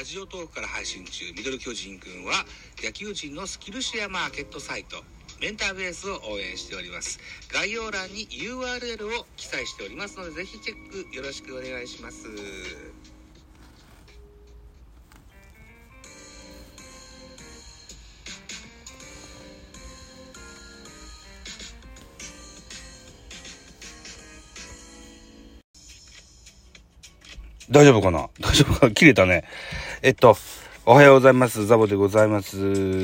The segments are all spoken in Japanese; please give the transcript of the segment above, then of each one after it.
ラジオトークから配信中。ミドル巨人くんは野球人のスキルシェアマーケットサイトメンターベースを応援しております。概要欄に URL を記載しておりますので、ぜひチェックよろしくお願いします。 大丈夫かな切れたね。おはようございます。ザボでございます。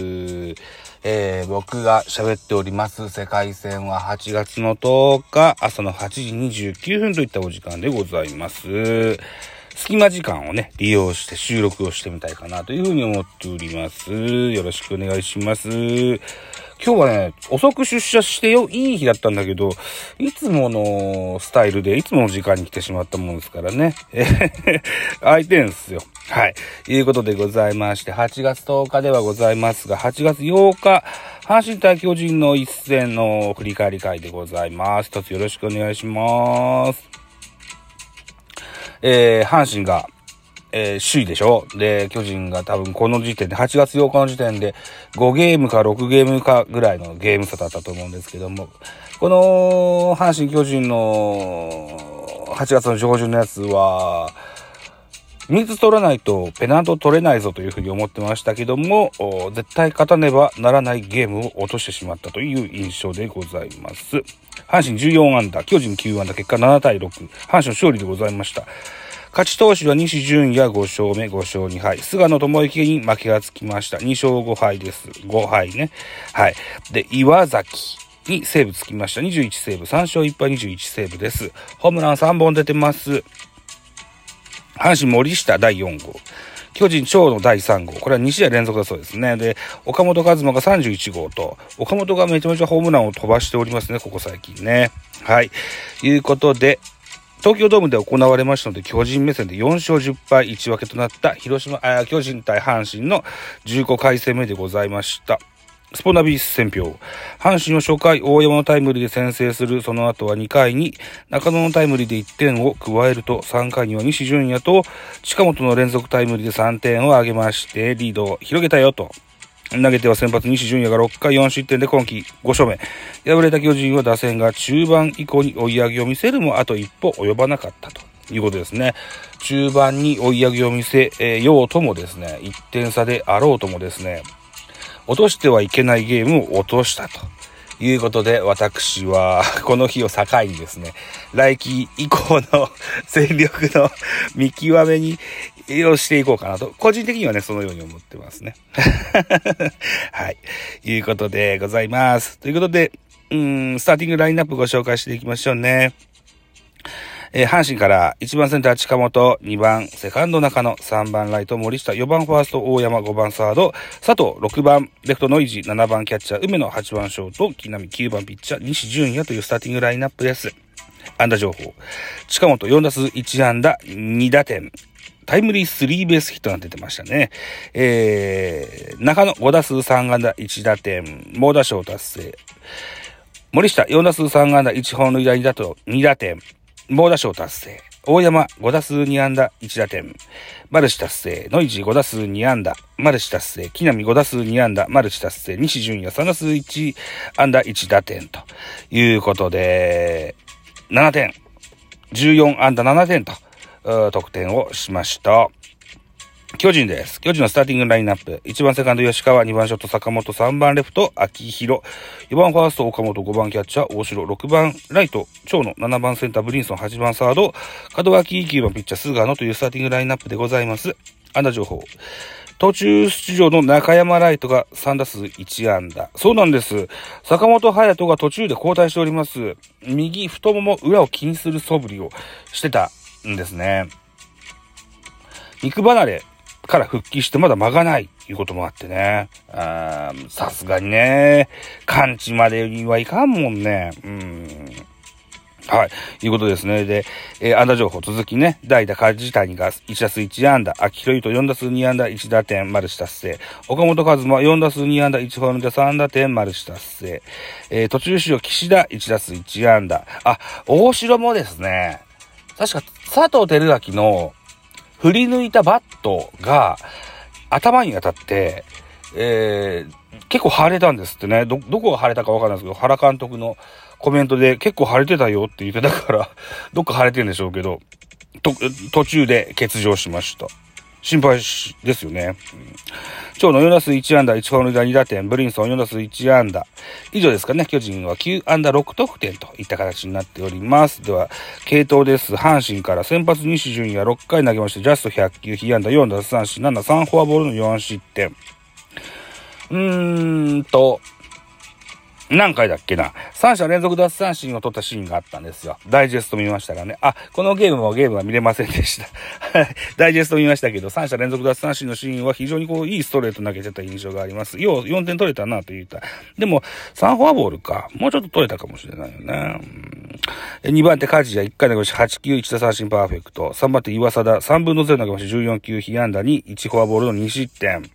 僕が喋っております世界戦は8月の10日朝の8時29分といったお時間でございます。隙間時間をね、利用して収録をしてみたいかなというふうに思っております。よろしくお願いします。今日はね、遅く出社していい日だったんだけど、いつものスタイルでいつもの時間に来てしまったもんですからね。空いてんすよ。はい。いうことでございまして、8月10日ではございますが、8月8日、阪神対巨人の一戦の振り返り会でございます。一つよろしくお願いします。阪神が、首位でしょ。で、巨人が多分この時点で、8月8日の時点で5ゲームか6ゲームかぐらいのゲーム差だったと思うんですけども、この阪神巨人の8月の上旬のやつは、3つ取らないとペナント取れないぞというふうに思ってましたけども、絶対勝たねばならないゲームを落としてしまったという印象でございます。阪神14安打、巨人9安打、結果7対6、阪神勝利でございました。勝ち投手は西純也5勝目5勝2敗。菅野智之に負けがつきました。2勝5敗です。5敗ね。はい。で、岩崎にセーブつきました。21セーブ。3勝1敗21セーブです。ホームラン3本出てます。阪神森下第4号。巨人長野第3号。これは2試合連続だそうですね。で、岡本和真が31号と、岡本がめちゃめちゃホームランを飛ばしておりますね。ここ最近ね。はい。いうことで、東京ドームで行われましたので、巨人目線で4勝10敗1分けとなった巨人対阪神の15回戦目でございました。スポナビ選評。阪神を初回大山のタイムリーで先制する。その後は2回に中野のタイムリーで1点を加えると、3回には西純也と近本の連続タイムリーで3点を挙げまして、リードを広げたよと。投げては先発西純也が6回4失点で今季5勝目。敗れた巨人は打線が中盤以降に追い上げを見せるもあと一歩及ばなかったということですね。中盤に追い上げを見せようともですね、1点差であろうともですね、落としてはいけないゲームを落としたということで、私はこの日を境にですね、来季以降の戦力の見極めをしていこうかなと、個人的にはね、そのように思ってますね。はい。いうことでございます。ということで、スターティングラインナップご紹介していきましょうね。阪神から1番センター近本、2番セカンド中野、3番ライト森下、4番ファースト大山、5番サード佐藤、6番レフトノイジー、7番キャッチャー梅野、8番ショート木浪、9番ピッチャー西純也というスターティングラインナップです。安打情報。近本4打数1安打2打点。タイムリースリーベースヒットが出てましたね。中野5打数3安打1打点。猛打賞達成。森下4打数3安打1本塁打2打点。猛打賞達成。大山5打数2安打1打点。マルチ達成。ノイジー5打数2安打。マルチ達成。木浪5打数2安打。マルチ達成。西純也3打数1安打1打点ということで、7点。14安打7点と。得点をしました。巨人です。巨人のスターティングラインナップ。1番セカンド吉川、2番ショット坂本、3番レフト秋広、4番ファースト岡本、5番キャッチャー大城、6番ライト長野、7番センターブリンソン、8番サード門脇、9番ピッチャー菅野というスターティングラインナップでございます。安打情報。途中出場の中山ライトが3打数1安打。そうなんです。坂本勇人が途中で交代しております。右太もも裏を気にする素振りをしてたんですね。肉離れから復帰してまだ間がないということもあってね。さすがにね、完治までにはいかんもんね。はい。いうことですね。で、安打情報続きね。代打梶谷が1打数1安打。秋広と4打数2安打1打点、マルチ達成。岡本和真4打数2安打1本で3打点、マルチ達成。途中出場岸田1打数1安打。大城もですね、確か佐藤輝明の振り抜いたバットが頭に当たって、結構腫れたんですってね。どこが腫れたかわからないですけど、原監督のコメントで結構腫れてたよって言ってたから、どっか腫れてるんでしょうけど、途中で欠場しました。心配ですよね。長野4打数1安打、1本塁打2打点、ブリンソン4打数1安打。以上ですかね。巨人は9安打6得点といった形になっております。では、継投です。阪神から先発西純也6回投げまして、ジャスト100球、被安打4奪三振、7、3フォアボールの4失点。何回だっけな。3者連続奪三振を取ったシーンがあったんですよ。ダイジェスト見ましたらね。このゲームは見れませんでした。ダイジェスト見ましたけど、3者連続奪三振のシーンは非常にいいストレート投げてた印象があります。よう4点取れたなと言った。でも、3フォアボールか。もうちょっと取れたかもしれないよね。2番手、梶谷1回投げまして8球1打三振パーフェクト。3番手、岩貞3分の0投げまして14球被安打に1フォアボールの2失点。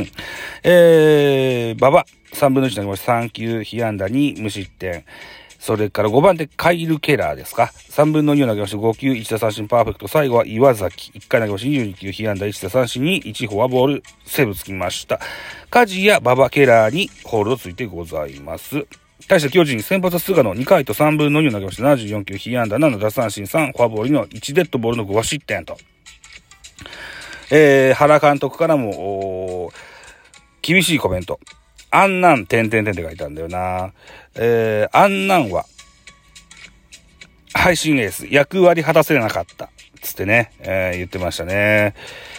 馬場3分の1投げまして3球被安打に無失点。それから5番手カイル・ケラーですか。3分の2を投げまして5球1打三振パーフェクト。最後は岩崎1回投げまして22球被安打1打三振に1フォアボールセーブつきました。梶谷、馬場、ケラーにホールドついてございます。対して巨人先発菅野2回と3分の2を投げまして74球被安打7打三振3フォアボールの1デッドボールの5失点と。原監督からも厳しいコメント。あんなん、点って書いたんだよな。あんなんは、配信エース、役割果たせなかった。つってね、言ってましたね。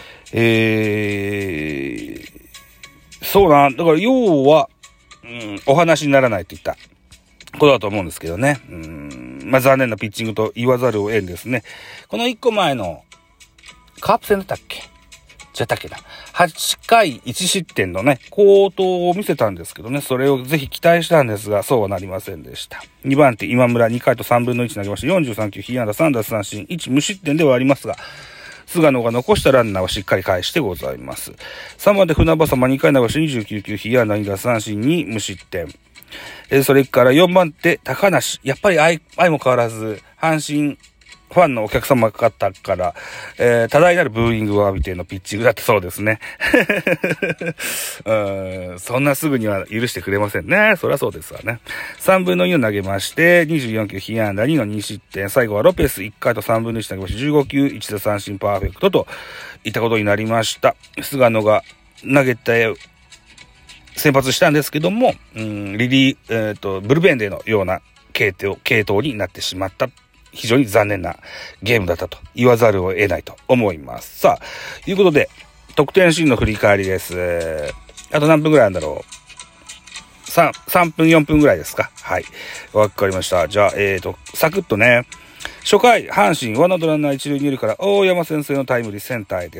そうな、だから要は、お話にならないって言ったことだと思うんですけどね。残念なピッチングと言わざるを得んですね。この1個前の、カープ戦だったっけじゃったっけな。8回1失点のね、好投を見せたんですけどね、それをぜひ期待したんですが、そうはなりませんでした。2番手今村2回と3分の1投げまして43球被安打3奪三振1無失点ではありますが、菅野が残したランナーはしっかり返してございます。3番手船場様2回投げまして29球被安打2奪三振に無失点。それから4番手高梨、やっぱり相も変わらず阪神ファンのお客様方から、多大なるブーイングを浴びてのピッチングだったそうですね。そんなすぐには許してくれませんね。そりゃそうですわね。3分の2を投げまして、24球被安打2の2失点。最後はロペス1回と3分の1投げまして、15球1打三振パーフェクトといったことになりました。菅野が投げて、先発したんですけども、ブルペンでのような系統になってしまった。非常に残念なゲームだったと言わざるを得ないと思います。さあ、ということで、得点シーンの振り返りです。あと何分ぐらいなんだろう。3分、4分ぐらいですか。はい。わかりました。じゃあ、サクッとね。初回、阪神、ワンアウトランナー一塁二塁から大山先生のタイムリーセンターへです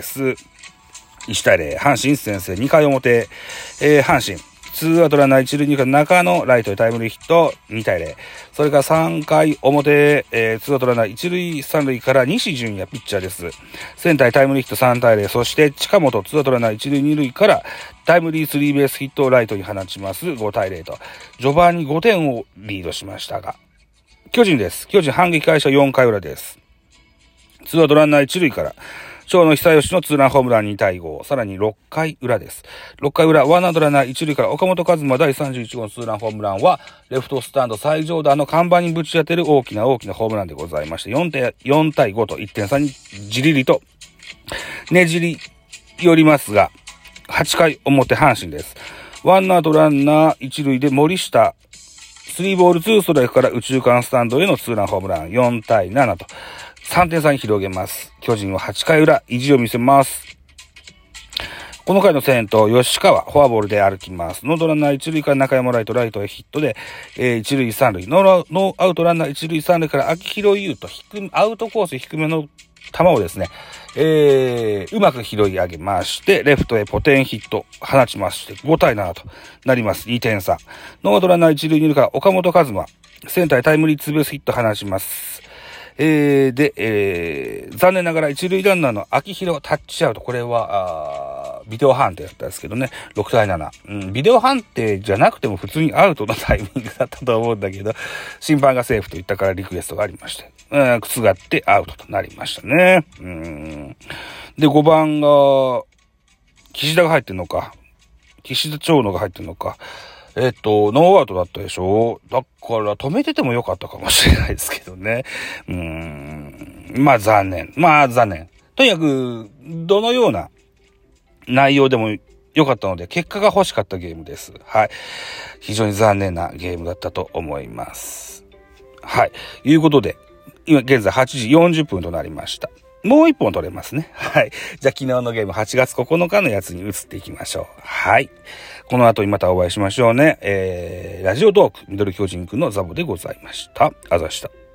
。1対0、阪神先生、2回表、阪神。ツーアウトランナー一塁二塁から中野ライトへタイムリーヒット2対0。それから3回表、ツーアウトランナー一塁三塁から西純也ピッチャーです。センターへタイムリーヒット3対0。そして近本ツーアウトランナー一塁二塁からタイムリースリーベースヒットをライトに放ちます5対0と。序盤に5点をリードしましたが。巨人です。巨人反撃開始は4回裏です。ツーアウトランナー一塁から。長野久義のツーランホームラン2対5。さらに6回裏です。6回裏、ワンアウトランナー一塁から岡本和真第31号のツーランホームランは、レフトスタンド最上段の看板にぶち当てる大きなホームランでございまして、4対5と1点差にじりりとねじり寄りますが、8回表阪神です。ワンアウトランナー一塁で森下、3ボール2ストライクから右中間スタンドへのツーランホームラン4対7と、3点差に広げます。巨人は8回裏、意地を見せます。この回の先頭、吉川、フォアボールで歩きます。ノートランナー一塁から中山ライトへヒットで、一塁三塁。ノーアウトランナー一塁三塁から秋広優とアウトコース低めの球をですね、うまく拾い上げまして、レフトへポテンヒット放ちまして、5対7となります。2点差。ノーアウトランナー一塁二塁から岡本和真、センターへタイムリーツーベースヒット放ちます。残念ながら一塁ランナーの秋広タッチアウト。これは、ビデオ判定だったんですけどね。6対7。ビデオ判定じゃなくても普通にアウトのタイミングだったと思うんだけど、審判がセーフと言ったからリクエストがありまして、覆ってアウトとなりましたね。 で、5番が、岸田が入ってんのか。岸田長野が入ってんのか。ノーアウトだったでしょ。だから止めててもよかったかもしれないですけどね。まあ残念。とにかく、どのような内容でも良かったので、結果が欲しかったゲームです。はい。非常に残念なゲームだったと思います。はい。いうことで、今現在8時40分となりました。もう一本取れますね。はい。じゃあ昨日のゲーム8月9日のやつに移っていきましょう。はい。この後にまたお会いしましょうね。ラジオトーク、ミドル巨人くんのザボでございました。あざした。